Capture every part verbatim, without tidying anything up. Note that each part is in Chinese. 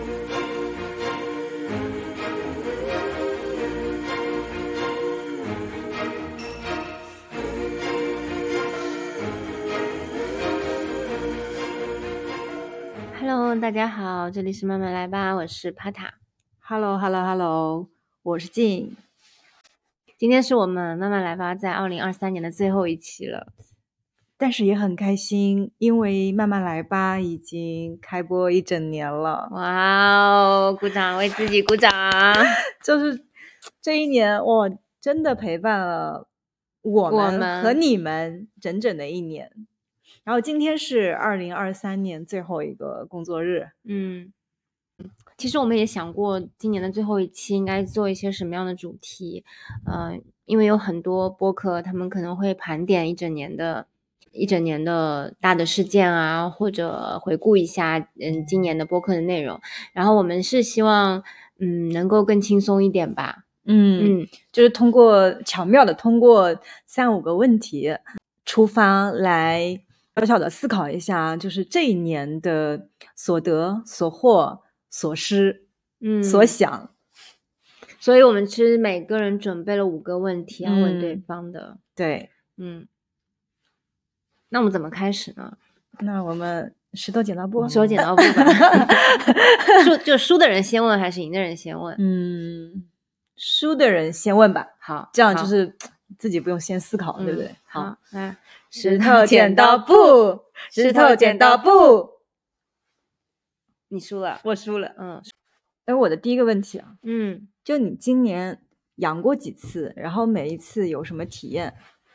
Hello， 大家好，这里是慢慢来吧，我是帕塔。 Hello Hello Hello， 我是静。 今天是我们慢慢来吧在二零二三年的最后一期了， 但是也很开心，因为慢慢来吧已经开播一整年了。 哇哦，鼓掌，为自己鼓掌。 就是这一年，我真的陪伴了我们和你们整整的一年。然后今天是二零二三年最后一个工作日。 嗯，其实我们也想过今年的最后一期应该做一些什么样的主题，嗯、呃，因为有很多播客他们可能会盘点一整年的一整年的大的事件啊，或者回顾一下嗯今年的播客的内容，然后我们是希望嗯能够更轻松一点吧。 嗯嗯，就是通过巧妙的通过三五个问题出发来小小的思考一下，就是这一年的所得所获所失嗯所想。 所以我们其实每个人准备了五个问题要问对方的。 嗯、对， 嗯，那我们怎么开始呢？ 那我们石头剪刀布， 石头剪刀布吧。输就输的人先问还是赢的人先问？ 嗯，输的人先问吧。 好， 这样就是自己不用先思考， 嗯、 对不对？ 好，来， 石头剪刀布，石头剪刀布。 你输了， 我输了。 嗯， 哎，我的第一个问题啊， 嗯， 就你今年阳过几次？然后每一次有什么体验？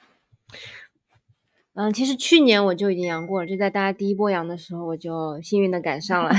嗯，其实去年我就已经阳过了，就在大家第一波阳的时候，我就幸运的赶上了。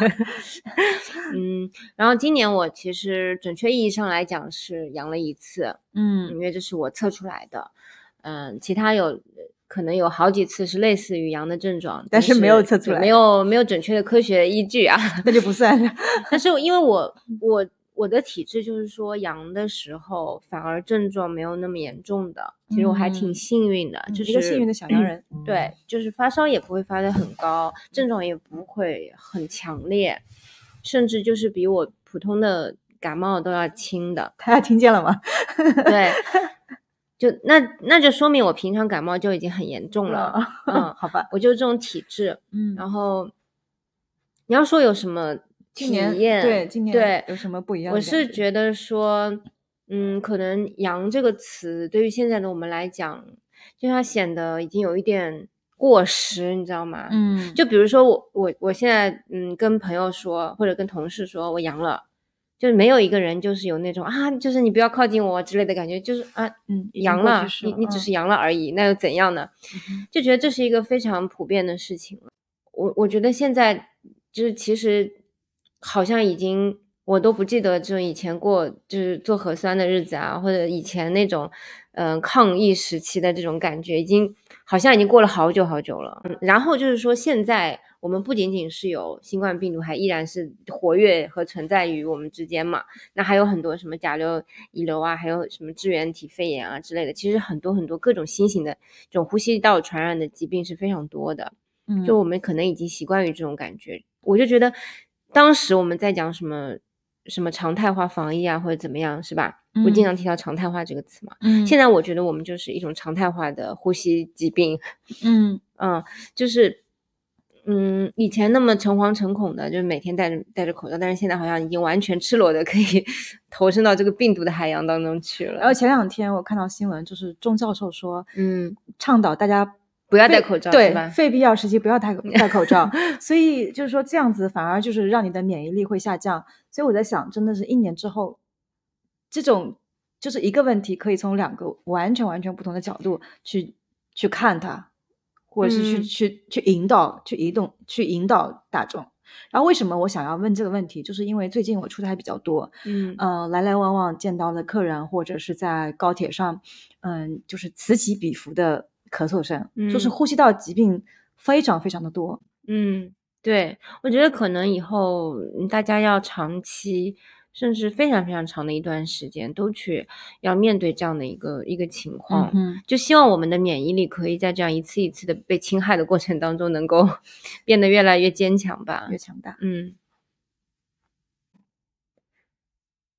嗯，然后今年我其实准确意义上来讲是阳了一次， 嗯， 因为这是我测出来的。嗯，其他有可能有好几次是类似于阳的症状， 但是没有测出来， 没有没有准确的科学依据啊， 那就不算。 但是因为我我我的体质就是说阳的时候反而症状没有那么严重的，其实我还挺幸运的， 嗯、 就是一个幸运的小阳人。 对，就是发烧也不会发得很高，症状也不会很强烈，甚至就是比我普通的感冒都要轻的。 大家听见了吗？ 对，就那那就说明我平常感冒就已经很严重了。嗯， 好吧， 我就这种体质。 嗯， 然后你要说有什么体验？ 对，今年对有什么不一样的？ 我是觉得说，嗯，可能阳这个词对于现在的我们来讲，就它显得已经有一点过时，你知道吗？ 嗯， 就比如说我我我现在嗯跟朋友说或者跟同事说我阳了，就是没有一个人就是有那种啊，就是你不要靠近我之类的感觉，就是啊， 嗯， 阳了，你你只是阳了而已，嗯、那又怎样呢？ 嗯、 就觉得这是一个非常普遍的事情了。我我觉得现在就是其实好像已经我都不记得就以前过就是做核酸的日子啊，或者以前那种嗯、呃、抗疫时期的这种感觉，已经好像已经过了好久好久了。嗯，然后就是说现在我们不仅仅是有新冠病毒，还依然是活跃和存在于我们之间嘛。那还有很多什么甲流、乙流啊，还有什么支原体肺炎啊之类的，其实很多很多各种新型的这种呼吸道传染的疾病是非常多的。就我们可能已经习惯于这种感觉，我就觉得当时我们在讲什么什么常态化防疫啊，或者怎么样，是吧？ 嗯、 我经常提到常态化这个词嘛。 嗯， 现在我觉得我们就是一种常态化的呼吸疾病。 嗯嗯，就是嗯，以前那么诚惶诚恐的，就是每天戴着戴着口罩，但是现在好像已经完全赤裸的可以投身到这个病毒的海洋当中去了。 然后前两天我看到新闻，就是钟教授说， 嗯， 倡导大家不要戴口罩， 对是吧？ 非必要时期不要戴戴口罩，所以就是说这样子反而就是让你的免疫力会下降。所以我在想，真的是一年之后，这种就是一个问题，可以从两个完全完全不同的角度去去看它，或者是去、嗯、去去引导、去移动、去引导大众。然后为什么我想要问这个问题，就是因为最近我出差比较多， 嗯， 呃，来来往往见到的客人，或者是在高铁上，嗯，就是此起彼伏的咳嗽声， 嗯， 就是呼吸道疾病非常非常的多。 嗯，对，我觉得可能以后大家要长期甚至非常非常长的一段时间都去要面对这样的一个一个情况、 嗯、 就希望我们的免疫力可以在这样一次一次的被侵害的过程当中能够变得越来越坚强吧， 越强大。 嗯，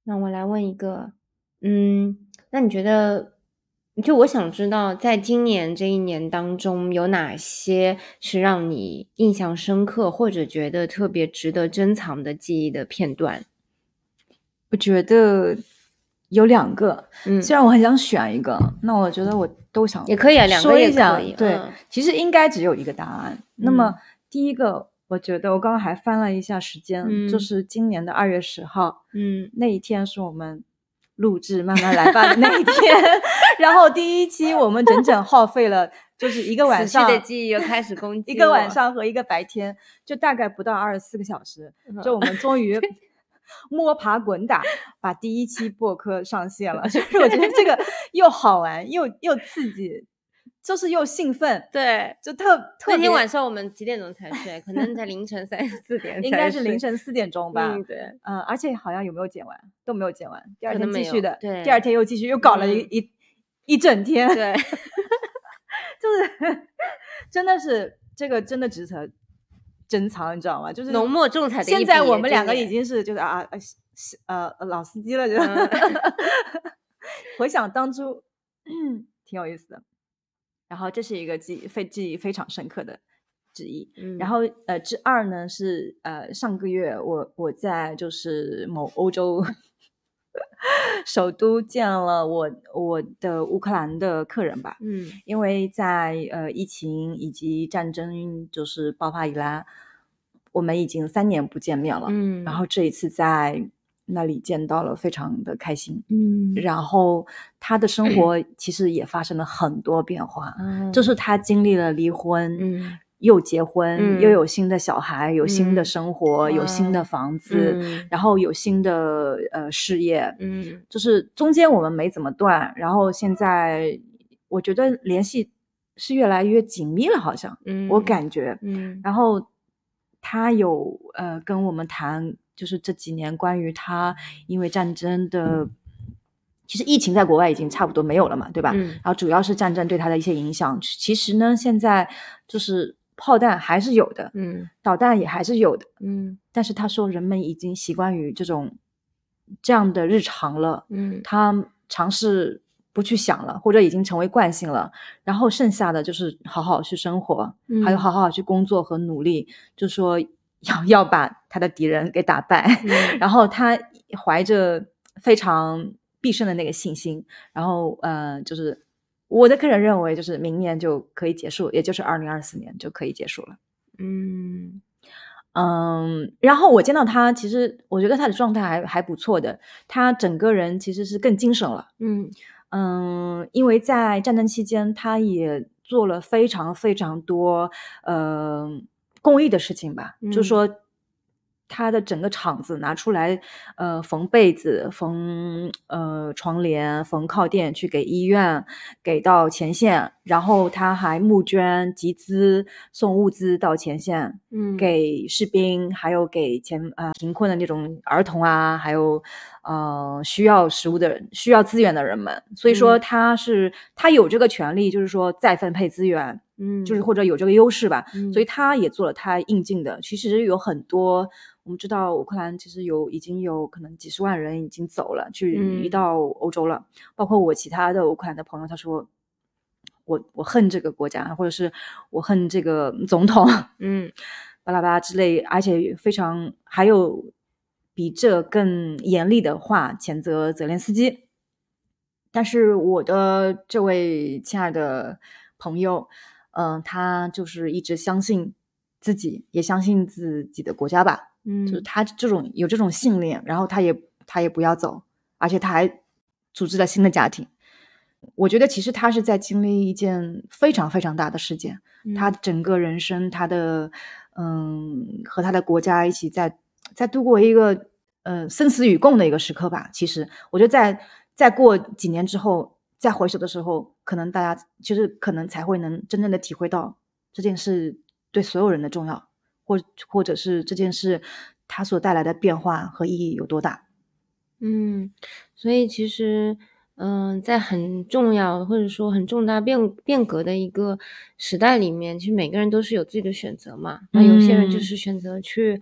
那我来问一个，嗯，那你觉得就我想知道在今年这一年当中，有哪些是让你印象深刻，或者觉得特别值得珍藏的记忆的片段？ 我觉得有两个， 嗯。 虽然我很想选一个，那我觉得我都想也可以啊，两个说也可一下。 以， 对， 嗯。 其实应该只有一个答案。那么嗯。 第一个，我觉得我刚刚还翻了一下时间，就嗯。 是今年的二月十号， 嗯。 那一天是我们录制《慢慢来吧》的那一天，然后第一期我们整整耗费了就是一个晚死去的上记忆又开始攻击一个晚我。 上和一个白天，就大概不到二十四个小时， 嗯。 就我们终于对。 摸爬滚打，把第一期播客上线了。就是我觉得这个又好玩，又又刺激，就是又兴奋。 对， 就特特别那天晚上我们几点钟才睡？可能才凌晨三四点才睡。 应该是凌晨四点钟吧。 嗯，对。 呃，而且好像有没有剪完？都没有剪完，第二可能没有， 天继续的， 对。 第二天又继续，又搞了一嗯。 一一整天。 对。 就是真的是这个真的值得珍藏，你知道吗？就是浓墨重彩的一笔现在我们这一年。 两个已经是就是啊啊呃呃老司机了，就嗯。 回想当初挺有意思的。然后这是一个记忆非记忆非常深刻的之一。然嗯。 后呃之二呢是呃上个月我我在就是某欧洲首都见了我我的乌克兰的客人吧。 嗯。 因为在呃疫情以及战争就是爆发以来，我们已经三年不见面了。 嗯。 然后这一次在那里见到了，非常的开心。 嗯。 然后他的生活其实也发生了很多变化， 哦。 就是他经历了离婚， 嗯。 又结婚， 嗯。 又有新的小孩，有新的嗯。 生活，有新的哇。 房子， 嗯。 然后有新的呃事业。 嗯。 就是中间我们没怎么断，然后现在我觉得联系是越来越紧密了，好像。 嗯。 我感觉。 嗯。 然后他有呃跟我们谈，就是这几年关于他因为战争的其实疫情在国外已经差不多没有了嘛，对吧？ 嗯。 然后主要是战争对他的一些影响。其实呢，现在就是炮弹还是有的， 嗯。 导弹也还是有的。 嗯。 但是他说人们已经习惯于这种这样的日常了。 嗯。 他尝试不去想了，或者已经成为惯性了。然后剩下的就是好好去生活， 嗯。 还有好好去工作和努力，就说要要把他的敌人给打败。 嗯。 然后他怀着非常必胜的那个信心，然后呃，就是我的客人认为，就是明年就可以结束，也就是二零二四年就可以结束了。 嗯。 嗯，然后我见到他，其实我觉得他的状态还还不错的，他整个人其实是更精神了。 嗯。 嗯，因为在战争期间，他也做了非常非常多呃公益的事情吧。 嗯。 就是说他的整个厂子拿出来，呃，缝被子、缝呃床帘、缝靠垫去给医院，给到前线。然后他还募捐集资，送物资到前线， 嗯。 给士兵，还有给前呃贫困的那种儿童啊，还有呃需要食物的人、需要资源的人们。所以说嗯。 他是他有这个权利，就是说再分配资源。 嗯。 就是或者有这个优势吧。 嗯。 所以他也做了他应尽的。其实有很多我们知道乌克兰其实有已经有可能几十万人已经走了，去移嗯。 到欧洲了。包括我其他的乌克兰的朋友，他说我我恨这个国家，或者是我恨这个总统， 嗯。 巴拉巴拉之类，而且非常还有比这更严厉的话谴责泽连斯基。但是我的这位亲爱的朋友，嗯、呃，他就是一直相信自己，也相信自己的国家吧。 嗯。 就是他这种有这种信念，然后他也他也不要走，而且他还组织了新的家庭。我觉得其实他是在经历一件非常非常大的事件。 嗯。 他整个人生，他的嗯，和他的国家一起在在度过一个呃生死与共的一个时刻吧。其实我觉得在再过几年之后，再回首的时候，可能大家其实可能才会能真正的体会到这件事对所有人的重要，或或者是这件事它所带来的变化和意义有多大。 嗯，所以其实，嗯、在很重要或者说很重大变变革的一个时代里面，其实每个人都是有自己的选择嘛。那有些人就嗯是选择去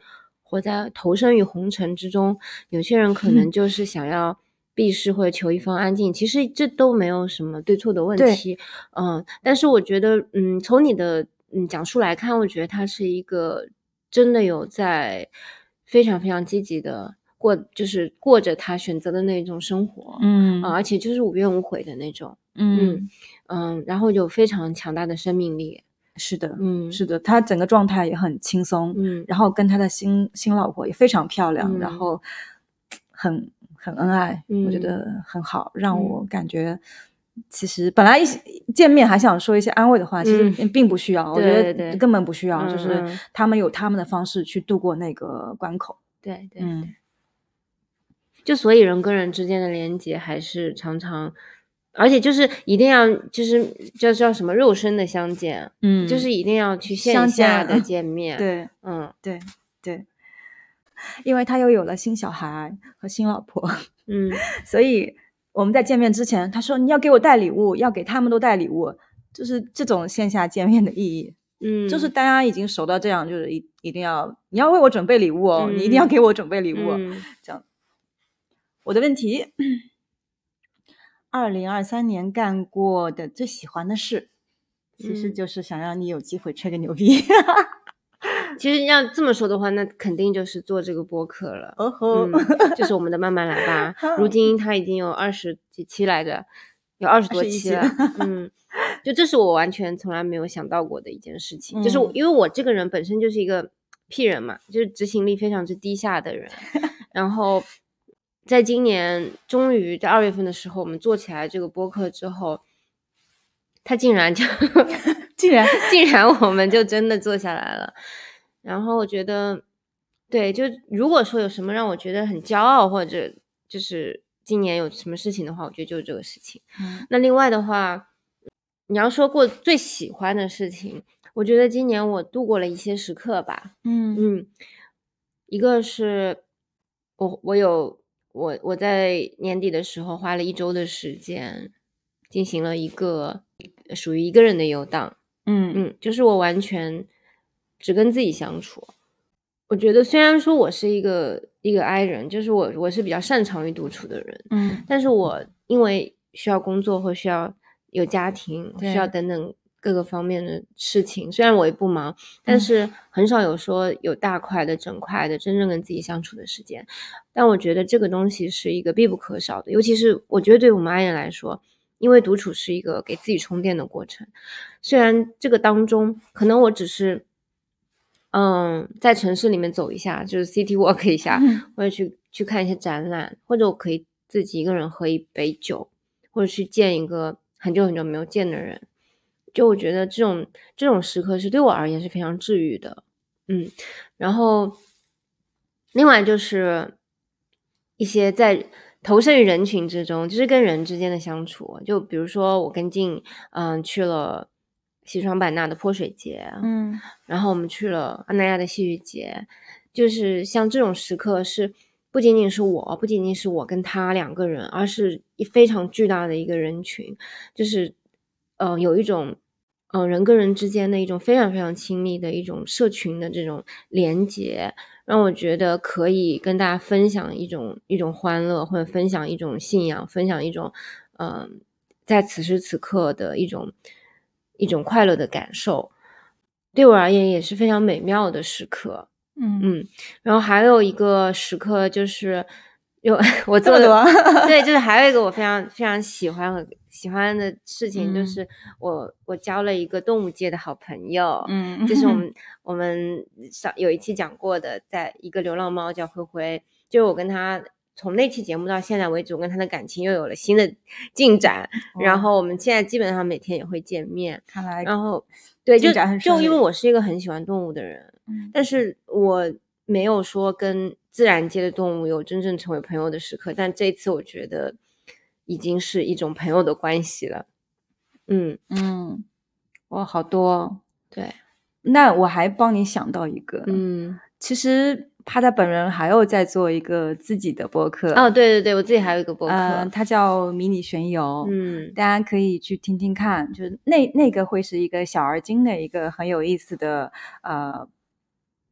活在投身于红尘之中，有些人可能就是想要避世或者求一方安静，其实这都没有什么对错的问题。嗯，但是我觉得嗯，从你的嗯讲述来看，我觉得他是一个真的有在非常非常积极的过，就是过着他选择的那种生活。 嗯、 呃、而且就是无怨无悔的那种。 嗯嗯嗯，然后有非常强大的生命力。 是的， 嗯， 是的，他整个状态也很轻松， 嗯， 然后跟他的新新老婆也非常漂亮， 嗯、 然后很很恩爱、 嗯、 我觉得很好，让我嗯感觉其实本来一见面还想说一些安慰的话，其实嗯并不需要，我觉对对对得根本不需要， 嗯就是嗯他们有他们的方式去度过那个关口。 对对对， 嗯， 就所以人跟人之间的连接还是常常，而且就是一定要就是叫叫什么肉身的相见， 嗯就是一定要去线相下的见见面。 对嗯对对，因为他又有了新小孩和新老婆， 嗯所以我们在见面之前，他说你要给我带礼物，要给他们都带礼物，就是这种线下见面的意义。 嗯， 就是大家已经熟到这样，就是一一定要你要为我准备礼物哦， 嗯你一定要给我准备礼物， 嗯这样。我的问题，二零二三年干过的最喜欢的事，其实嗯就是想让你有机会吹个牛逼。 其实要这么说的话，那肯定就是做这个播客了。 哦吼， 嗯，就是我们的慢慢来吧。如今它已经有二十几期来着，有二十多期了。嗯，就这是我完全从来没有想到过的一件事情。 嗯、 就是我因为我这个人本身就是一个屁人嘛，就是执行力非常之低下的人。然后在今年终于在二月份的时候，我们做起来这个播客之后，他竟然就竟然竟然我们就真的做下来了。然后我觉得对，就如果说有什么让我觉得很骄傲，或者就是今年有什么事情的话，我觉得就是这个事情。 嗯、 那另外的话，你要说过最喜欢的事情，我觉得今年我度过了一些时刻吧。 嗯嗯，一个是我我有我我在年底的时候花了一周的时间进行了一个属于一个人的游荡。 嗯嗯，就是我完全只跟自己相处。我觉得虽然说我是一个一个 I 人，就是我我是比较擅长于独处的人， 嗯， 但是我因为需要工作或需要有家庭，需要等等各个方面的事情，虽然我也不忙，但是很少有说有大块的整块的真正跟自己相处的时间。但我觉得这个东西是一个必不可少的，尤其是我觉得对我们 I 人来说，因为独处是一个给自己充电的过程。虽然这个当中可能我只是嗯，在城市里面走一下，就是 city walk 一下，或者去去看一些展览，或者我可以自己一个人喝一杯酒，或者去见一个很久很久没有见的人。就我觉得这种这种时刻是对我而言是非常治愈的。嗯，然后另外就是一些在投身于人群之中，就是跟人之间的相处。就比如说我跟静嗯去了西双版纳的泼水节， 嗯， 然后我们去了阿那亚的戏剧节，就是像这种时刻是不仅仅是我不仅仅是我跟他两个人，而是一非常巨大的一个人群，就是呃有一种嗯、呃、人跟人之间的一种非常非常亲密的一种社群的这种连结，让我觉得可以跟大家分享一种一种欢乐，或者分享一种信仰，分享一种嗯、呃、在此时此刻的一种一种快乐的感受，对我而言也是非常美妙的时刻。 嗯嗯，然后还有一个时刻就是有我做的对，就是还有一个我非常非常喜欢和喜欢的事情， 嗯就是我我交了一个动物界的好朋友。 嗯， 就是我们我们上有一期讲过的，在一个流浪猫叫灰灰，就我跟他从那期节目到现在为止，我跟他的感情又有了新的进展。然后我们现在基本上每天也会见面。 看来然后对，就进展很顺利就因为我是一个很喜欢动物的人， 嗯但是我没有说跟自然界的动物有真正成为朋友的时刻，但这一次我觉得已经是一种朋友的关系了。嗯嗯，哇，好多。 对， 那我还帮你想到一个， 嗯， 其实他的本人还有在做一个自己的播客。 哦，对对对，我自己还有一个播客， 呃，他叫迷你旋游， 嗯， 大家可以去听听看，就是那那个会是一个小而精的一个很有意思的呃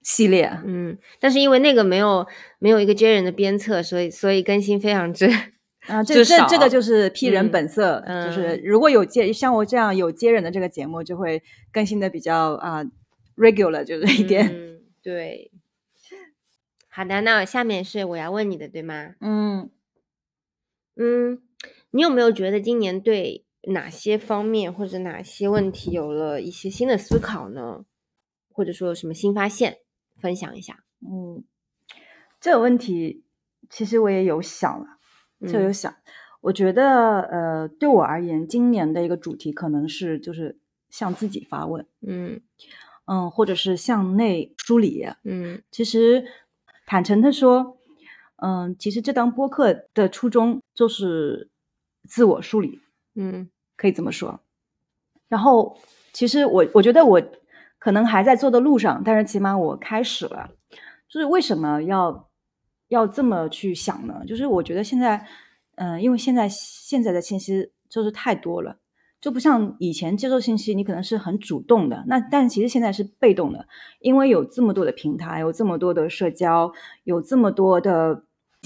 系列。 嗯，但是因为那个没有没有一个接人的鞭策，所以所以更新非常之啊，这之少。 这这个就是批人嗯本色， 嗯就是如果有接像我这样有接人的这个节目，就会更新的比较啊、regular 就是一点。 嗯，对。好的，那下面是我要问你的，对吗？ 嗯嗯，你有没有觉得今年对哪些方面或者哪些问题有了一些新的思考呢？或者说有什么新发现，分享一下。 嗯，这个问题其实我也有想了，就有嗯想，我觉得呃，对我而言，今年的一个主题可能是就是向自己发问， 嗯嗯，或者是向内梳理。 嗯其实坦诚的说，嗯，其实这档播客的初衷就是自我梳理， 嗯可以这么说。然后其实我我觉得我可能还在做的路上，但是起码我开始了。就是为什么要要这么去想呢？就是我觉得现在，嗯、因为现在现在的信息就是太多了，就不像以前接受信息，你可能是很主动的，那但其实现在是被动的，因为有这么多的平台，有这么多的社交，有这么多的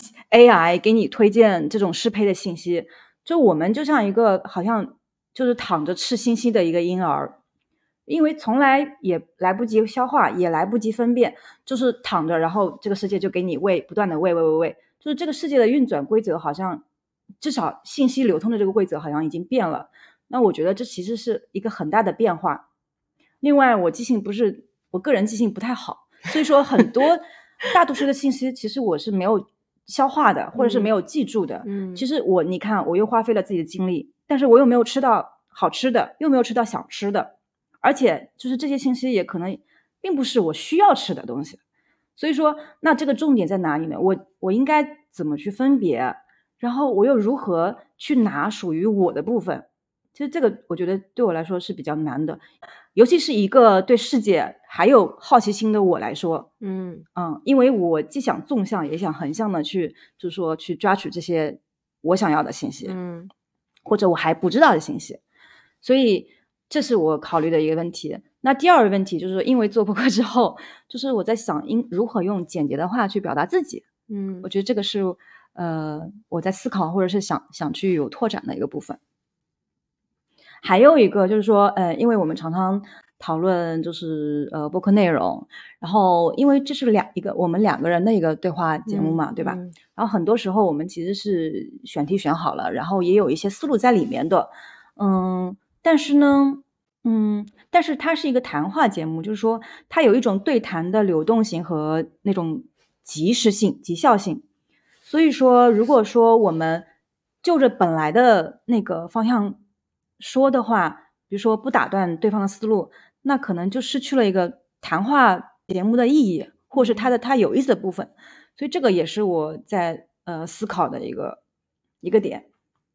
A I 给你推荐这种适配的信息，就我们就像一个好像就是躺着吃信息的一个婴儿，因为从来也来不及消化，也来不及分辨，就是躺着，然后这个世界就给你喂，不断的喂喂喂喂，就是这个世界的运转规则好像，至少信息流通的这个规则好像已经变了。那我觉得这其实是一个很大的变化。另外，我记性不是，我个人记性不太好，所以说很多大多数的信息其实我是没有消化的，或者是没有记住的。 嗯其实我你看，我又花费了自己的精力，但是我又没有吃到好吃的，又没有吃到想吃的，而且就是这些信息也可能并不是我需要吃的东西。所以说，那这个重点在哪里呢？我我应该怎么去分别？然后我又如何去拿属于我的部分？其实这个我觉得对我来说是比较难的，尤其是一个对世界还有好奇心的我来说， 嗯嗯，因为我既想纵向也想横向的去，就是说去抓取这些我想要的信息， 嗯或者我还不知道的信息，所以这是我考虑的一个问题。那第二个问题就是说，因为做播客之后，就是我在想应如何用简洁的话去表达自己， 嗯我觉得这个是呃我在思考或者是想想去有拓展的一个部分。还有一个就是说，呃，因为我们常常讨论就是呃播客内容，然后因为这是两一个我们两个人的一个对话节目嘛，对吧？ 嗯然后很多时候我们其实是选题选好了，然后也有一些思路在里面的，嗯，但是呢，嗯，但是它是一个谈话节目，就是说它有一种对谈的流动性和那种及时性、即效性。所以说，如果说我们就着本来的那个方向说的话，比如说不打断对方的思路，那可能就失去了一个谈话节目的意义，或是它的它有意思的部分。所以这个也是我在呃思考的一个一个点。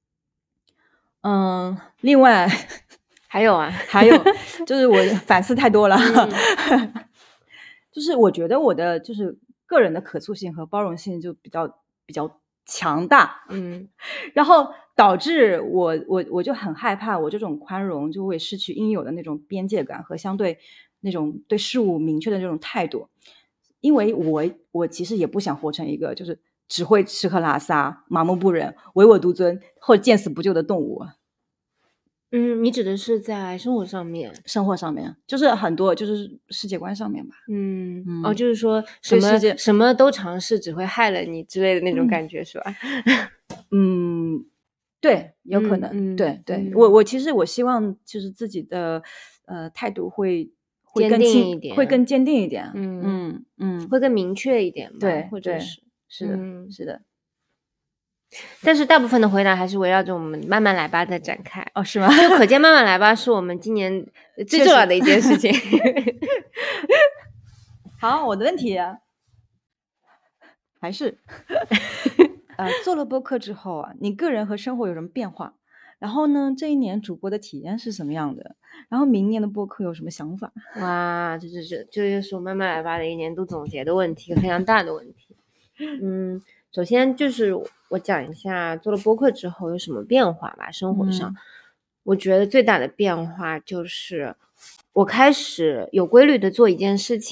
嗯，另外还有啊， 还有就是我反思太多了， 嗯就是我觉得我的就是个人的可塑性和包容性就比较比较强大， 嗯然后导致我我我就很害怕，我这种宽容就会失去应有的那种边界感和相对那种对事物明确的这种态度，因为我我其实也不想活成一个就是只会吃喝拉撒、麻木不仁、唯我独尊或者见死不救的动物。 嗯，你指的是在生活上面？ 生活上面就是很多就是世界观上面吧， 嗯，哦， 嗯就是说什么对世界什么都尝试，只会害了你之类的那种嗯感觉，是吧？ 嗯，对，有可嗯能， 嗯对对， 嗯我我其实我希望就是自己的呃态度会会坚定更清一点会更坚定一点， 嗯嗯嗯， 会更明确一点吧， 对对或者是是的， 嗯是的， 但是大部分的回答还是围绕着我们慢慢来吧在展开。 哦，是吗？ 就可见慢慢来吧是我们今年最确实重要的一件事情。 好，我的问题还是呃，做了播客之后啊，你个人和生活有什么变化？然后呢，这一年主播的体验是什么样的？然后明年的播客有什么想法？ 哇，这就是这就是我慢慢来吧的一年度总结的问题，非常大的问题。嗯，首先就是我讲一下做了播客之后有什么变化吧，生活上， 嗯我觉得最大的变化就是我开始有规律的做一件事情，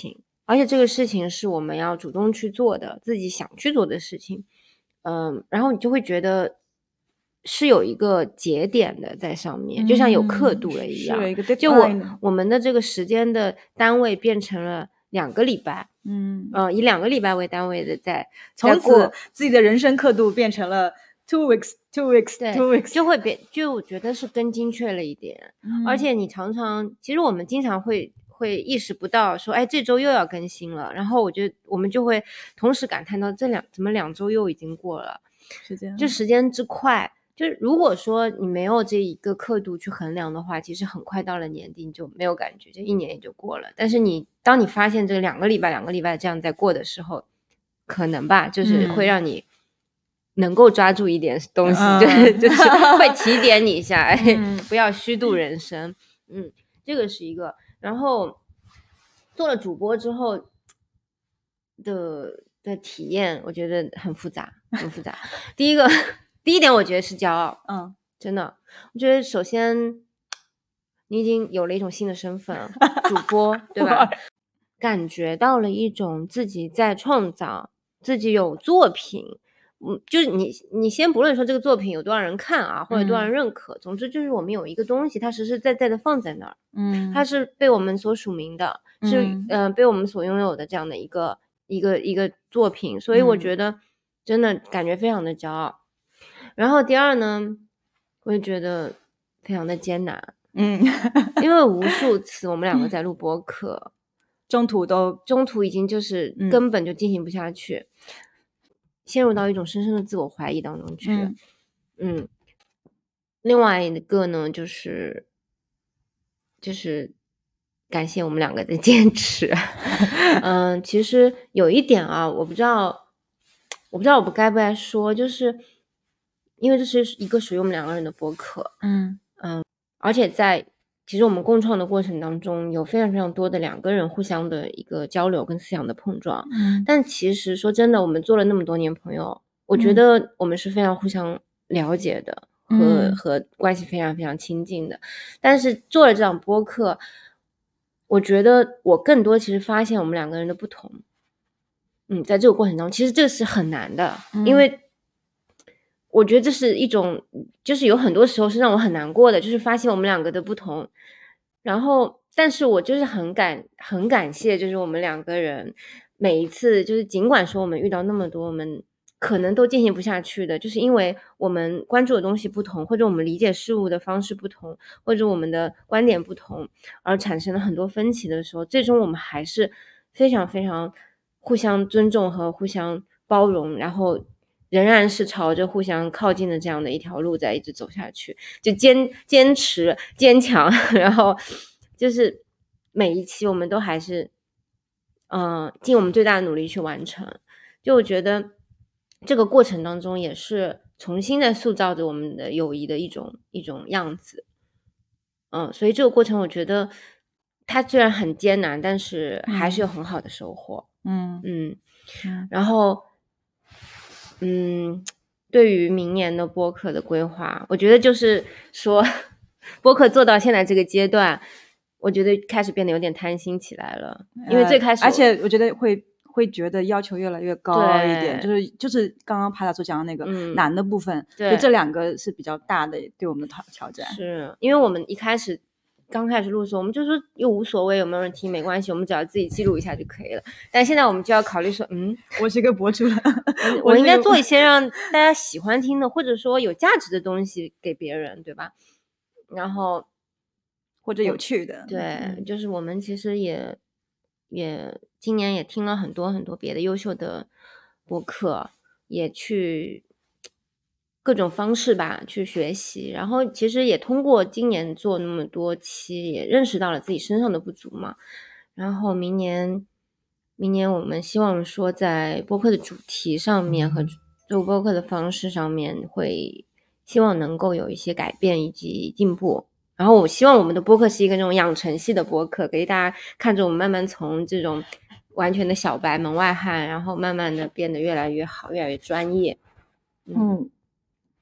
而且这个事情是我们要主动去做的，自己想去做的事情。嗯，然后你就会觉得是有一个节点的在上面，就像有刻嗯， 度了一样。 是有一个就我 deadline。 我们的这个时间的单位变成了两个礼拜， 嗯， 呃，以两个礼拜为单位的在在从此过， 自己的人生刻度变成了 two weeks two weeks 对， two weeks。 就会变，就我觉得是更精确了一点。而嗯且你常常，其实我们经常会会意识不到说，哎，这周又要更新了，然后我觉得我们就会同时感叹到这两怎么两周又已经过了， 是这样。 就时间之快。就是如果说你没有这一个刻度去衡量的话，其实很快到了年底你就没有感觉，就一年也就过了。但是你当你发现这两个礼拜两个礼拜这样在过的时候，可能吧，就是会让你能够抓住一点东西， 嗯就是就是会提点你一下，哎， 嗯不要虚度人生。嗯，这个是一个。然后做了主播之后的的体验，我觉得很复杂，很复杂。第一个，第一点，我觉得是骄傲， 嗯， 真的。我觉得首先你已经有了一种新的身份，主播，对吧？感觉到了一种自己在创造，自己有作品。嗯，就是你你先不论说这个作品有多少人看啊，或者多少人认可，总之就是我们有一个东西，它实实在在的放在那儿， 嗯， 它是被我们所署名的，是嗯呃被我们所拥有的这样的一个一个一个作品，所以我觉得真的感觉非常的骄傲。然后第二呢，我也觉得非常的艰难， 嗯， 因为无数次我们两个在录播客， 中途都中途已经就是嗯根本就进行不下去，陷入到一种深深的自我怀疑当中去。 嗯嗯，另外一个呢，就是就是感谢我们两个的坚持。嗯，其实有一点啊，我不知道，我不知道我不该不该说，就是因为这是一个属于我们两个人的播客， 嗯而且在其实我们共创的过程当中，有非常非常多的两个人互相的一个交流跟思想的碰撞。 嗯但其实说真的，我们做了那么多年朋友，我觉嗯得我们是非常互相了解的，和嗯和关系非常非常亲近的。但是做了这档播客，我觉得我更多其实发现我们两个人的不同。嗯，在这个过程中，其实这是很难的，因嗯为我觉得这是一种，就是有很多时候是让我很难过的，就是发现我们两个的不同。然后，但是我就是很感很感谢，就是我们两个人每一次，就是尽管说我们遇到那么多我们可能都进行不下去的，就是因为我们关注的东西不同，或者我们理解事物的方式不同，或者我们的观点不同，而产生了很多分歧的时候，最终我们还是非常非常互相尊重和互相包容，然后仍然是朝着互相靠近的这样的一条路在一直走下去，就坚坚持坚强，然后就是每一期我们都还是嗯、呃尽我们最大的努力去完成。就我觉得这个过程当中也是重新的塑造着我们的友谊的一种一种样子。嗯，所以这个过程我觉得它虽然很艰难，但是还是有很好的收获。 嗯嗯， 嗯然后，嗯，对于明年的播客的规划，我觉得就是说，播客做到现在这个阶段，我觉得开始变得有点贪心起来了。因为最开始呃，而我且我觉得会会觉得要求越来越高一点，就对是就是刚刚帕大所讲的那个嗯难的部分， 对就这两个是比较大的对我们的挑挑战。 是因为我们一开始刚开始录的时候，我们就说又无所谓有没有人听，没关系，我们只要自己记录一下就可以了。但现在我们就要考虑说，嗯， 我是一个博主了， 我应该是一个做一些让大家喜欢听的，或者说有价值的东西给别人，对吧？然后或者有趣的。 对， 嗯就是我们其实也也今年也听了很多很多别的优秀的播客，也去各种方式吧去学习，然后其实也通过今年做那么多期，也认识到了自己身上的不足嘛。然后明年，明年我们希望说在播客的主题上面和做播客的方式上面，会希望能够有一些改变以及进步。然后我希望我们的播客是一个那种养成系的播客，给大家看着我们慢慢从这种完全的小白门外汉，然后慢慢的变得越来越好，越来越专业。 嗯，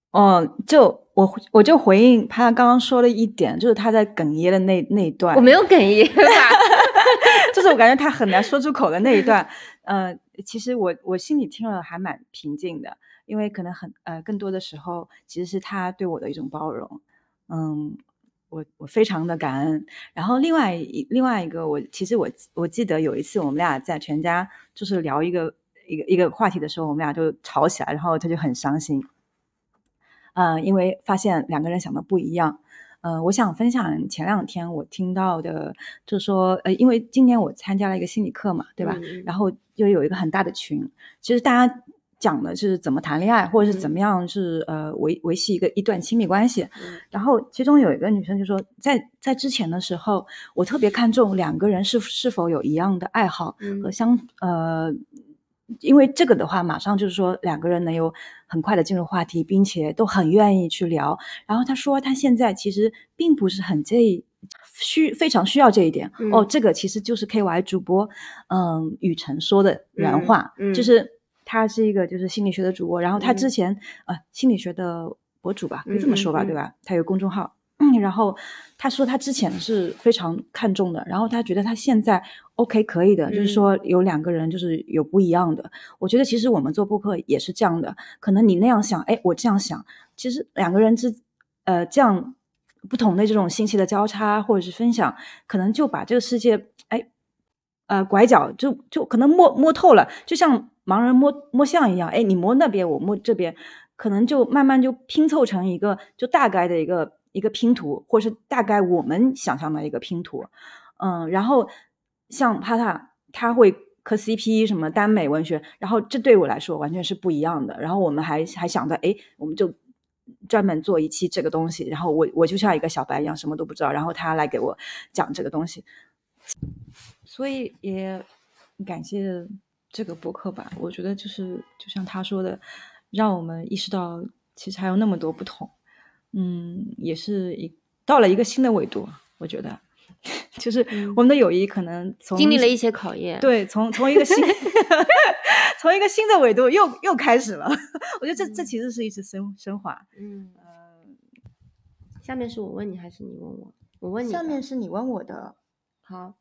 哦，就我我就回应他刚刚说的一点，就是他在哽咽的那那一段。 我没有哽咽吧？ 就是我感觉他很难说出口的那一段，呃，其实我我心里听了还蛮平静的，因为可能很呃更多的时候其实是他对我的一种包容，嗯，我我非常的感恩。然后另外一另外一个我其实我我记得有一次我们俩在全家就是聊一个一个一个话题的时候，我们俩就吵起来，然后他就很伤心。呃，因为发现两个人想的不一样。呃，我想分享前两天我听到的，就是说，呃，因为今年我参加了一个心理课嘛，对吧？ 嗯然后就有一个很大的群，其实大家讲的是怎么谈恋爱，或者是怎么样是呃维维系一个一段亲密关系。 嗯然后其中有一个女生就说，在在之前的时候，我特别看重两个人是是否有一样的爱好和嗯相呃。因为这个的话，马上就是说两个人能有很快的进入话题，并且都很愿意去聊。然后他说，他现在其实并不是很介意，需非常需要这一点。 嗯哦，这个其实就是 K Y 主播，嗯，雨辰说的原话， 嗯嗯就是他是一个就是心理学的主播，然后他之嗯前、呃心理学的博主吧，可以这么说吧， 嗯嗯对吧？他有公众号。嗯，然后他说他之前是非常看重的，然后他觉得他现在 OK 可以的，就是嗯说有两个人就是有不一样的。我觉得其实我们做播客也是这样的，可能你那样想，哎，我这样想，其实两个人之呃这样不同的这种信息的交叉或者是分享，可能就把这个世界哎呃拐角就就可能摸摸透了，就像盲人摸摸象一样，哎，你摸那边，我摸这边，可能就慢慢就拼凑成一个就大概的一个一个拼图，或是大概我们想象的一个拼图。嗯，然后像帕塔他会磕 C P 什么耽美文学，然后这对我来说完全是不一样的。然后我们还还想着，哎，我们就专门做一期这个东西，然后我我就像一个小白一样，什么都不知道，然后他来给我讲这个东西。所以也感谢这个播客吧，我觉得就是就像他说的，让我们意识到其实还有那么多不同。嗯，也是一到了一个新的维度，我觉得就是我们的友谊可能从经历了一些考验。 对，从从一个新从一个新的维度又又开始了。我觉得这、 嗯这其实是一次升升华。 嗯， 呃， 下面是我问你还是你问我？我问你吧。 下面是你问我的， 好。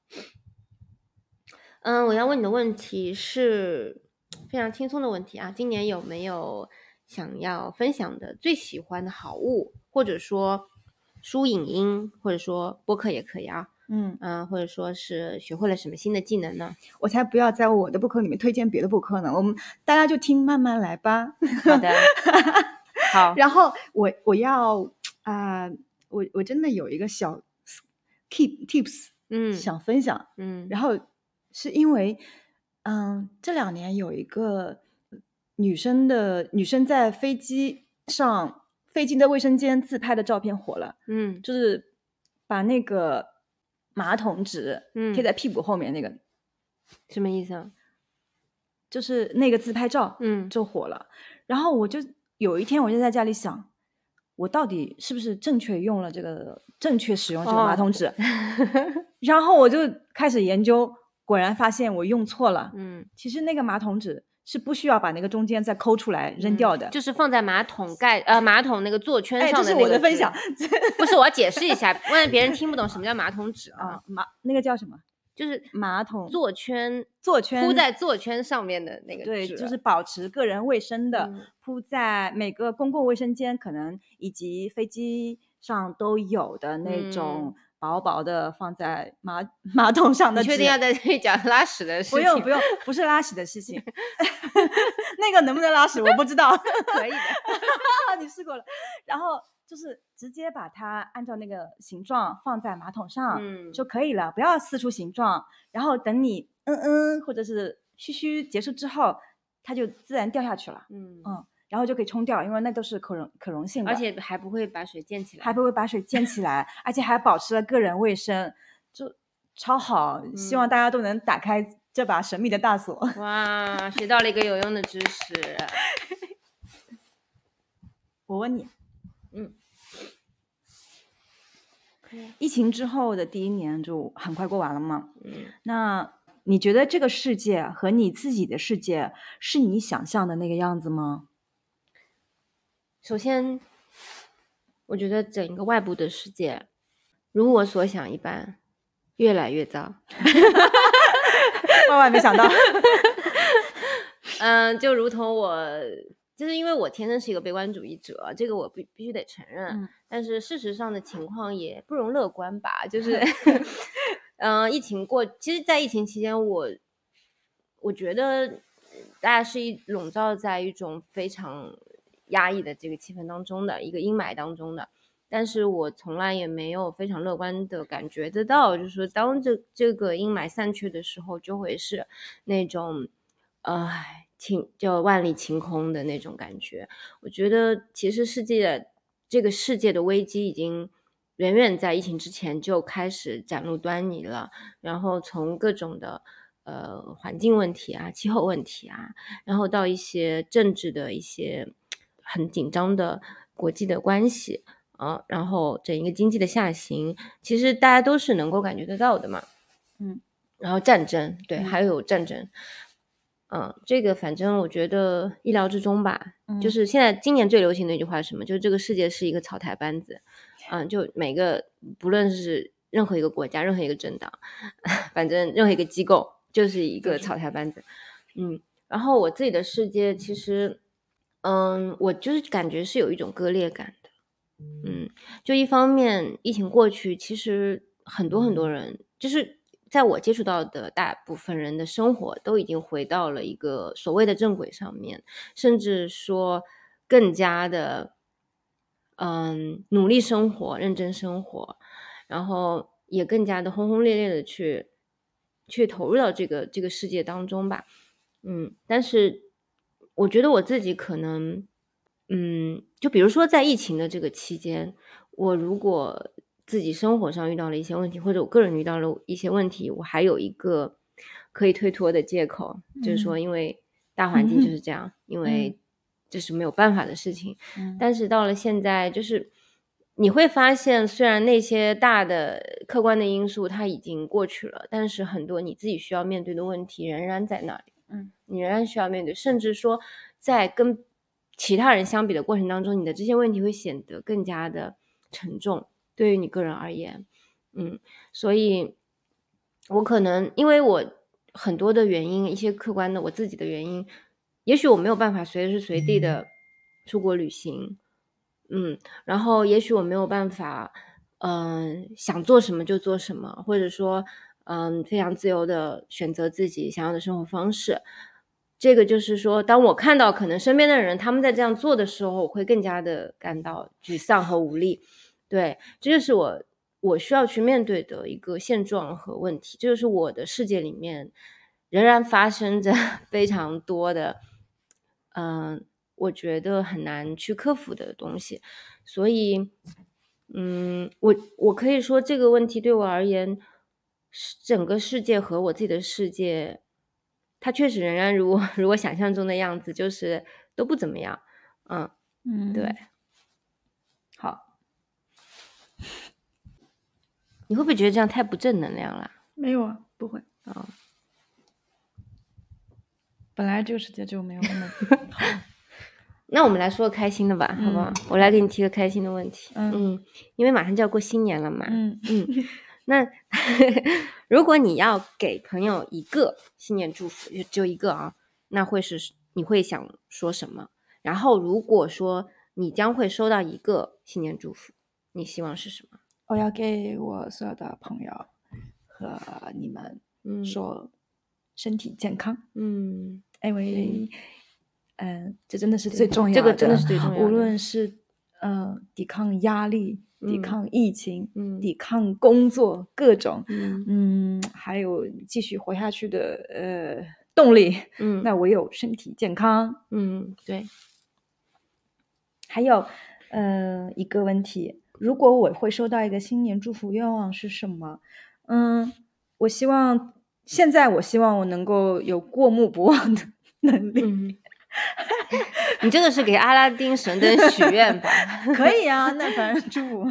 嗯，我要问你的问题是非常轻松的问题啊。今年有没有想要分享的最喜欢的好物，或者说书影音，或者说播客也可以啊。 嗯嗯，或者说是学会了什么新的技能呢？ 我才不要在我的播客里面推荐别的播客呢，我们大家就听慢慢来吧。 好的，好。 然后我我要啊、呃我我真的有一个小 keep tips， 嗯想分享， 嗯然后是因为，嗯，这两年有一个女生的女生在飞机上飞机的卫生间自拍的照片火了， 嗯就是把那个马桶纸嗯贴在屁股后面那个， 什么意思啊？ 就是那个自拍照， 嗯就火了。然后我就有一天我就在家里想，我到底是不是正确用了这个正确使用这个马桶纸？然后我就开始研究，果然发现我用错了。 嗯， 其实那个马桶纸是不需要把那个中间再抠出来扔掉的。 嗯就是放在马桶盖呃马桶那个座圈哎， 上的那个这是我的分纸享。 不是，我要解释一下，万一别人听不懂什么叫马桶纸啊， 啊，马那个叫什么？ 就是马桶座圈座圈铺在座圈上面的那个对， 纸就是保持个人卫生的， 嗯铺在每个公共卫生间，可能以及飞机上都有的那种嗯薄薄的放在马马桶上的纸。 你确定要在这里讲拉屎的事情？ 不用不用，不是拉屎的事情。那个能不能拉屎我不知道。 可以的。 你试过了，然后就是直接把它按照那个形状放在马桶上、 嗯就可以了，不要撕出形状。然后等你嗯嗯或者是嘘嘘结束之后，它就自然掉下去了。 嗯嗯，然后就可以冲掉，因为那都是可溶可溶性的， 而且还不会把水溅起来， 还不会把水溅起来，而且还保持了个人卫生，就超好。希望大家都能打开这把神秘的大锁。 哇，学到了一个有用的知识。 我问你， 嗯， 疫情之后的第一年就很快过完了嘛？ 嗯， 那你觉得这个世界和你自己的世界是你想象的那个样子吗？ 首先，我觉得整个外部的世界如我所想一般，越来越糟。 万万没想到。 嗯，就如同我，就是因为我天生是一个悲观主义者，这个我必必须得承认。 嗯但是事实上的情况也不容乐观吧，就是，嗯、疫情过，其实，在疫情期间，我我觉得大家是一笼罩在一种非常压抑的这个气氛当中的一个阴霾当中的。但是我从来也没有非常乐观的感觉得到，就是说当这这个阴霾散去的时候，就会是那种，呃，晴就万里晴空的那种感觉。我觉得其实世界这个世界的危机已经远远在疫情之前就开始展露端倪了，然后从各种的呃环境问题啊、气候问题啊，然后到一些政治的一些很紧张的国际的关系。啊，然后整一个经济的下行，其实大家都是能够感觉得到的嘛。 嗯然后战争，对， 嗯还有战争。嗯，这个反正我觉得意料之中吧。就嗯是现在今年最流行的一句话是什么？就是这个世界是一个草台班子。嗯，就每个不论是任何一个国家、任何一个政党，反正任何一个机构，就是一个就是草台班子。嗯，然后我自己的世界其实，嗯，我就是感觉是有一种割裂感的。嗯，就一方面疫情过去，其实很多很多人，就是在我接触到的大部分人的生活都已经回到了一个所谓的正轨上面，甚至说更加的嗯努力生活、认真生活，然后也更加的轰轰烈烈的去去投入到这个这个世界当中吧。嗯，但是我觉得我自己可能，嗯，就比如说在疫情的这个期间，我如果自己生活上遇到了一些问题，或者我个人遇到了一些问题，我还有一个可以推脱的借口，就是说嗯因为大环境就是这样，因为这是没有办法的事情。 嗯但是到了现在，就是你会发现，虽然那些大的客观的因素它已经过去了，但是很多你自己需要面对的问题仍然在那里。 嗯你仍然需要面对，甚至说在跟其他人相比的过程当中，你的这些问题会显得更加的沉重，对于你个人而言。嗯，所以我可能因为我很多的原因，一些客观的我自己的原因，也许我没有办法随时随地的出国旅行。嗯，然后也许我没有办法，嗯、想做什么就做什么，或者说，嗯、非常自由的选择自己想要的生活方式。这个就是说，当我看到可能身边的人他们在这样做的时候，我会更加的感到沮丧和无力。对，这就是我我需要去面对的一个现状和问题，这就是我的世界里面仍然发生着非常多的，嗯、我觉得很难去克服的东西。所以，嗯，我我可以说这个问题对我而言，是整个世界和我自己的世界，它确实仍然如我如我想象中的样子，就是都不怎么样。嗯，对。 嗯，好， 你会不会觉得这样太不正能量了？ 没有啊，不会， 啊、 本来这个世界就没有那么好。 那我们来说个开心的吧，好不好？ 嗯我来给你提个开心的问题。 嗯嗯，因为马上就要过新年了嘛。 嗯嗯，那如果你要给朋友一个新年祝福，就只有一个啊，那会是你会想说什么？然后如果说你将会收到一个新年祝福，你希望是什么？ 我要给我所有的朋友和你们嗯说身体健康， 嗯， 因为，嗯、这真的是对最重要这个真的是最重要的无论是呃抵抗压力、抵嗯抗疫情、 嗯抵抗工作各种， 嗯嗯，还有继续活下去的呃动力， 嗯那唯有身体健康。 嗯，对， 还有，呃，一个问题，如果我会收到一个新年祝福愿望是什么？嗯，我希望现在我希望我能够有过目不忘的能力。 嗯，你这个是给阿拉丁神灯许愿吧？ 可以啊，那反正祝福，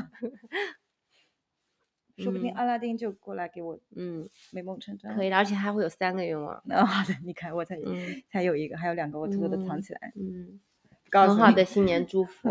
说不定嗯阿拉丁就过来给我嗯， 美梦成真了。 可以的，而且还会有三个愿望。 那好的，你看我才嗯才有一个，还有两个我偷偷的藏嗯起来。 嗯， 告诉你很好的新年祝福。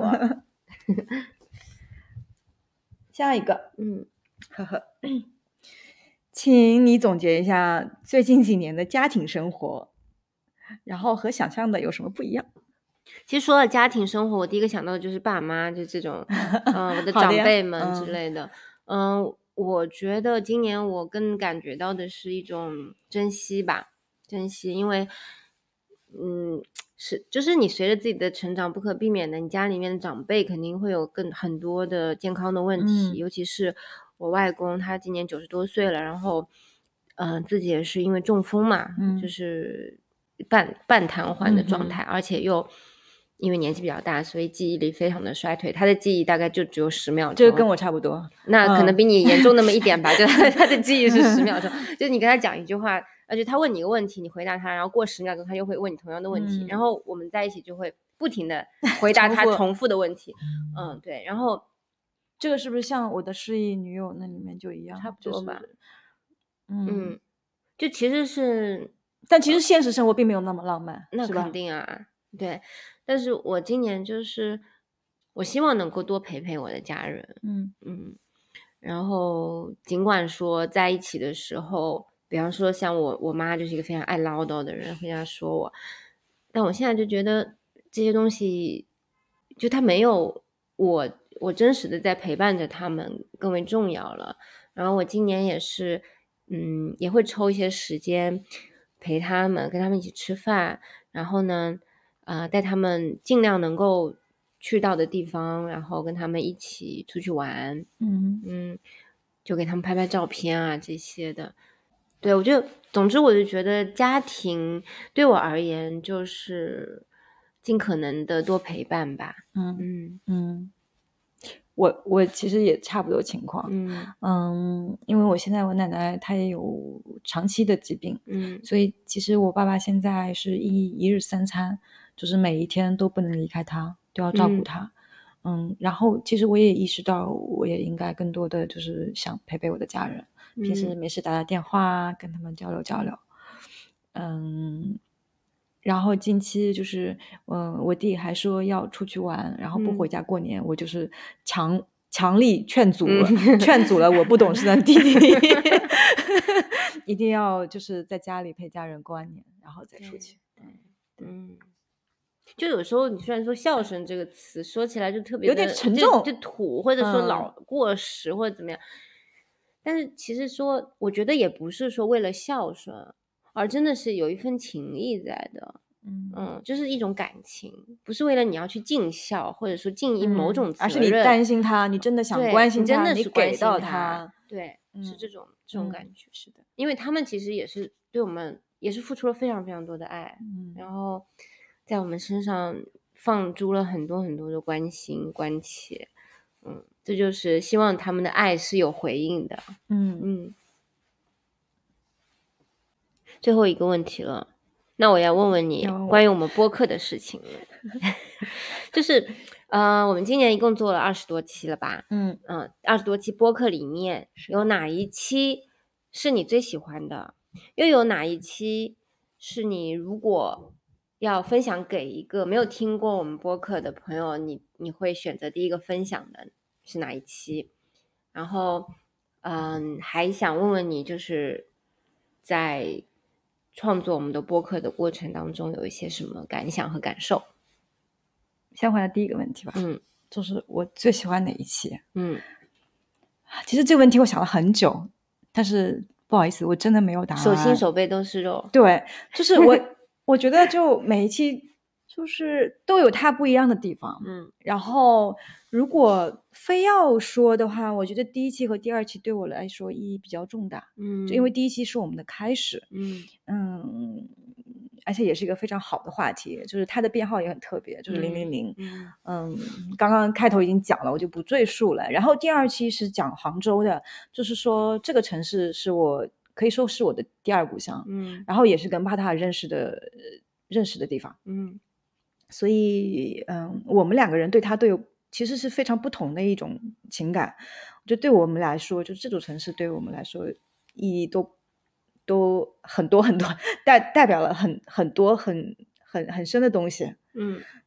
下一个， 嗯， 呵呵，请你总结一下最近几年的家庭生活，然后和想象的有什么不一样？ 其实说到家庭生活，我第一个想到的就是爸妈，就这种，嗯、我的好的呀长辈们之嗯类的。嗯、我觉得今年我更感觉到的是一种珍惜吧，珍惜，因为，嗯，是就是你随着自己的成长，不可避免的，你家里面的长辈肯定会有更很多的健康的问题， 嗯尤其是我外公，他今年九十多岁了，然后，嗯、自己也是因为中风嘛， 嗯就是半半瘫痪的状嗯态，而且又因为年纪比较大，所以记忆力非常的衰退，他的记忆大概就只有十秒钟， 这个跟我差不多， 那可能嗯比你严重那么一点吧，就他他的记忆是十秒钟，就是你跟他讲一句话，而且他问你一个问题，你回答他，然后过十秒钟他又会问你同样的问题， 嗯然后我们在一起就会不停的回答他重复重复的问题，嗯，对，然后这个是不是像我的失忆女友那里面就一样， 差不就多吧， 是嗯， 嗯，就其实是但其实现实生活并没有那么浪漫， 那肯是吧？ 定啊，对，但是我今年就是我希望能够多陪陪我的家人， 嗯嗯，然后尽管说在一起的时候，比方说像我我妈就是一个非常爱唠叨的人，会这样说我，但我现在就觉得这些东西，就他没有我我真实的在陪伴着他们更为重要了。然后我今年也是，嗯，也会抽一些时间陪他们，跟他们一起吃饭，然后呢，呃，带他们尽量能够去到的地方，然后跟他们一起出去玩， 嗯嗯，就给他们拍拍照片啊这些的。对，我就总之我就觉得家庭对我而言就是尽可能的多陪伴吧。 嗯嗯嗯，我我其实也差不多情况， 嗯嗯，因为我现在我奶奶她也有长期的疾病， 嗯所以其实我爸爸现在是一一日三餐，就是每一天都不能离开他，都要照顾嗯他。嗯，然后其实我也意识到，我也应该更多的就是想陪陪我的家人，平时嗯没事打打电话啊，跟他们交流交流。嗯，然后近期就是，嗯，我弟还说要出去玩，然后不回嗯家过年，我就是强强力劝阻了， 嗯劝阻了我不懂事的弟弟，一定要就是在家里陪家人过完年，然后再出去。 嗯，就有时候你虽然说孝顺这个词说起来就特别有点的就沉重就土，或者说嗯老过时或者怎么样，但是其实说我觉得也不是说为了孝顺，而真的是有一份情谊在的。 嗯嗯，就是一种感情，不是为了你要去尽孝，或者说尽一某嗯， 种而是你责任， 担心他，你真的想关对你心他，你真的是关给到心他， 他。 对，是嗯这种这种感嗯， 觉。 是的， 因为他们其实也是对我们也是付出了非常非常多的爱， 嗯然后在我们身上放诸了很多很多的关心关切，嗯，这就是希望他们的爱是有回应的， 嗯嗯。最后一个问题了，那我要问问你要问我关于我们播客的事情了，就是呃，我们今年一共做了二十多期了吧？ 嗯嗯，二十多期播客里面是的有哪一期是你最喜欢的？又有哪一期是你如果要分享给一个没有听过我们播客的朋友，你你会选择第一个分享的是哪一期？然后，嗯，还想问问你，就是在创作我们的播客的过程当中，有一些什么感想和感受？ 先回答第一个问题吧， 嗯就是我最喜欢哪一期？ 嗯， 其实这个问题我想了很久，但是不好意思，我真的没有答案。 手心手背都是肉。 对，就是我，我觉得就每一期就是都有它不一样的地方。 嗯然后如果非要说的话，我觉得第一期和第二期对我来说意义比较重大， 嗯， 就因为第一期是我们的开始。 嗯嗯，而且也是一个非常好的话题，就是它的编号也很特别，就是零零零。 嗯嗯，刚刚开头已经讲了，我就不赘述了。然后第二期是讲杭州的，就是说这个城市是我可以说是我的第二故乡， 嗯然后也是跟帕塔认识的认识的地方。 嗯所以，嗯，我们两个人对他都有其实是非常不同的一种情感。我觉得对我们来说，就这座城市对我们来说意义都都很多很多，代代表了很很多很很很深的东西。 嗯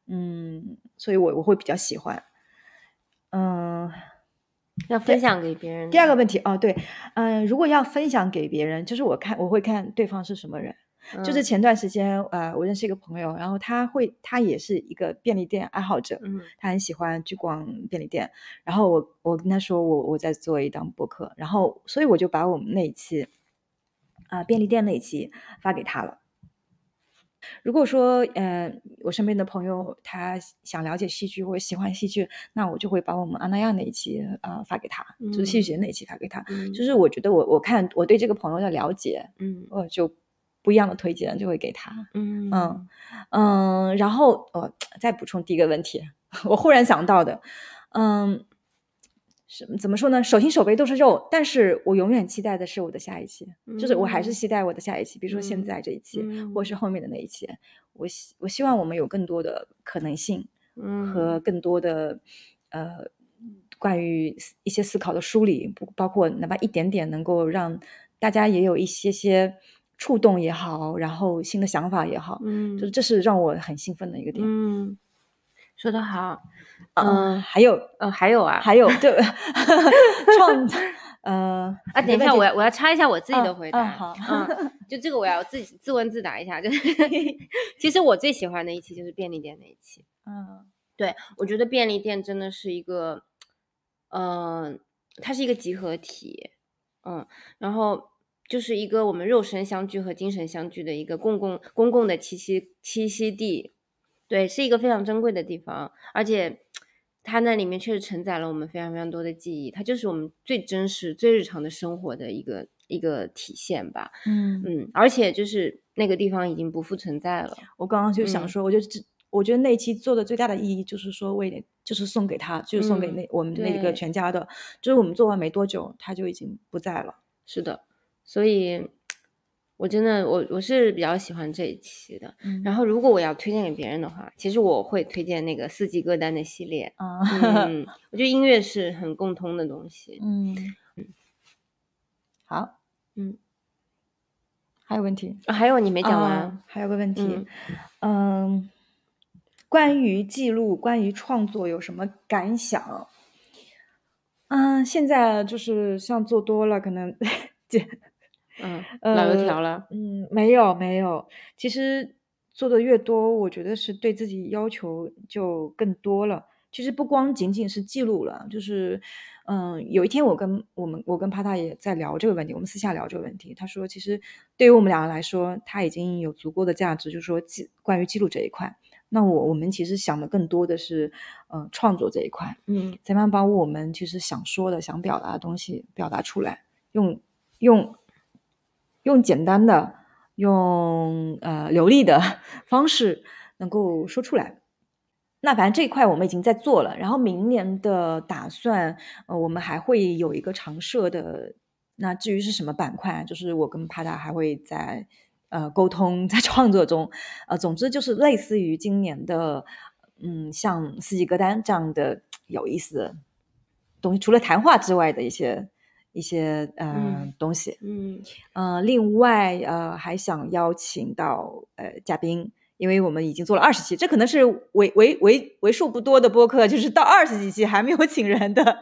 嗯，所以我我会比较喜欢。嗯， 要分享给别人。 第二个问题哦，对，嗯、如果要分享给别人，就是我看我会看对方是什么人。 嗯、 就是前段时间，呃，我认识一个朋友，然后他会，他也是一个便利店爱好者， 嗯， 他很喜欢去逛便利店。然后我我跟他说我我在做一档播客，然后所以我就把我们那一期啊、呃、便利店那一期发给他了。如果说呃我身边的朋友他想了解戏剧或者喜欢戏剧，那我就会把我们阿那亚那一期呃发给他， 嗯、 就是戏剧节那一期发给他。 嗯、 就是我觉得我我看我对这个朋友的了解， 嗯， 我就不一样的推荐就会给他。 嗯嗯嗯，然后我、哦、再补充第一个问题，我忽然想到的，嗯。怎么说呢？手心手背都是肉，但是我永远期待的是我的下一期，嗯、就是我还是期待我的下一期，比如说现在这一期，嗯、或是后面的那一期。我希我希望我们有更多的可能性，和更多的呃关于一些思考的梳理，包括哪怕一点点能够让大家也有一些些触动也好，然后新的想法也好，嗯，就是这是让我很兴奋的一个点。 嗯，说得好。 嗯、呃，还有呃，还有啊， 还有对创呃啊，等一下，我要我要插一下我自己的回答。 嗯，嗯好， 嗯，就这个我要自己自问自答一下，就是其实我最喜欢的一期就是便利店那一期。 嗯， 对，我觉得便利店真的是一个，嗯、呃，它是一个集合体，嗯，然后就是一个我们肉身相聚和精神相聚的一个公共公共的栖息栖息地。对，是一个非常珍贵的地方，而且它那里面确实承载了我们非常非常多的记忆，它就是我们最真实、最日常的生活的一个一个体现吧。 嗯嗯，而且就是那个地方已经不复存在了。 我刚刚就想说，嗯、我就我觉得那期做的最大的意义就是说，为就是送给他，就是送给那、嗯、我们那个全家的，就是我们做完没多久，他就已经不在了。 是的，所以。我真的我我是比较喜欢这一期的、嗯、然后如果我要推荐给别人的话，其实我会推荐那个四季歌单的系列、 啊、 嗯，我觉得音乐是很共通的东西。 嗯嗯，好， 嗯， 还有问题、 啊、还有你没讲完、 啊、还有个问题，嗯、呃，关于记录关于创作有什么感想？嗯，现在就是像做多了可能嗯，老油条了、 呃、嗯，没有没有，其实做的越多，我觉得是对自己要求就更多了。其实不光仅仅是记录了，就是嗯，有一天我跟我们我跟帕塔也在聊这个问题，我们私下聊这个问题，他说其实对于我们两个来说，他已经有足够的价值，就是说记关于记录这一块。那我我们其实想的更多的是嗯、呃、创作这一块， 嗯， 怎么样把我们其实想说的想表达的东西表达出来，用用用简单的用呃流利的方式能够说出来。那反正这一块我们已经在做了，然后明年的打算呃我们还会有一个常设的，那至于是什么板块，就是我跟帕达还会在呃沟通，在创作中，呃总之就是类似于今年的嗯像四季歌单这样的有意思的东西，除了谈话之外的一些一些呃、嗯、东西， 嗯呃另外呃还想邀请到呃嘉宾。因为我们已经做了二十期，这可能是为为为为数不多的播客，就是到二十几期还没有请人的。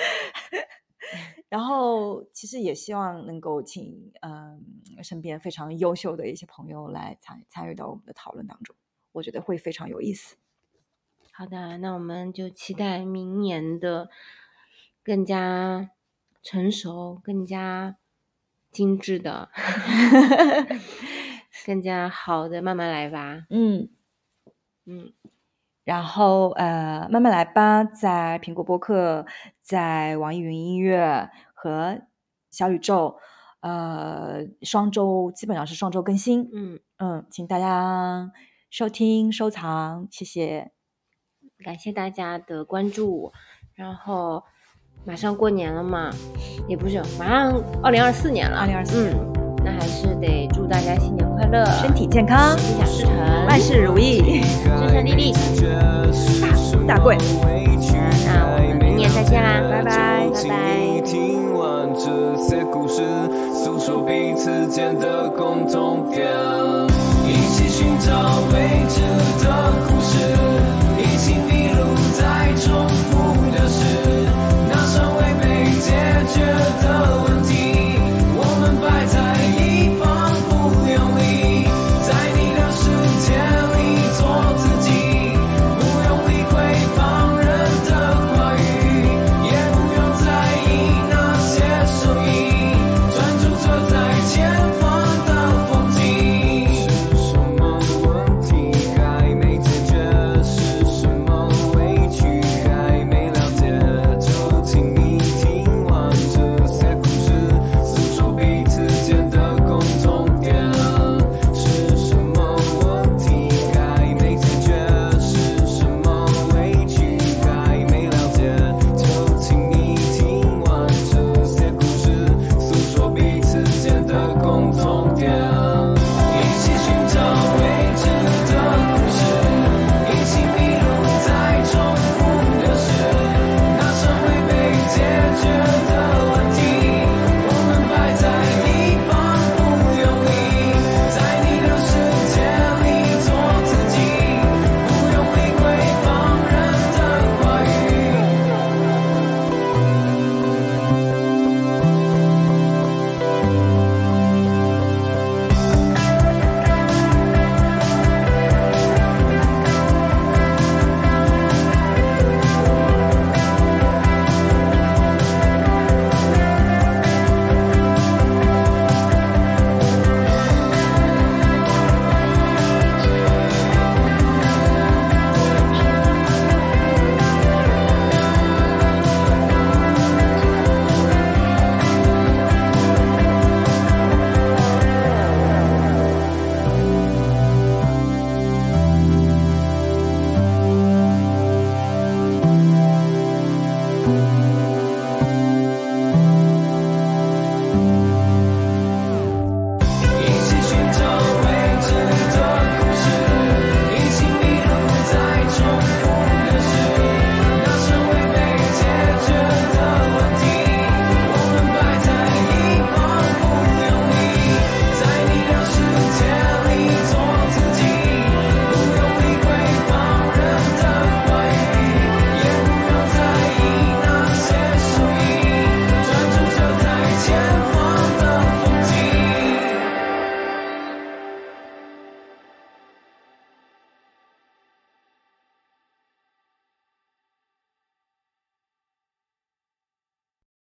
然后其实也希望能够请嗯、呃、身边非常优秀的一些朋友来参参与到我们的讨论当中，我觉得会非常有意思。 好的，那我们就期待明年的更加成熟、更加精致的。更加好的，慢慢来吧。 嗯嗯， 然后呃，慢慢来吧，在苹果播客，在网易云音乐和小宇宙，呃，双周基本上是双周更新。 嗯嗯，请大家收听收藏，谢谢， 感谢大家的关注。然后马上过年了嘛，也不是，马上二零二四年了。 二零二四年。 嗯，那还是得祝大家新年快乐， 身体健康， 心想事成， 万事如意， 顺顺利利， 大富大贵。 那我们明年再见啦，拜拜，拜拜。 听完这些故事，诉说彼此间的共同点，一起寻找未知。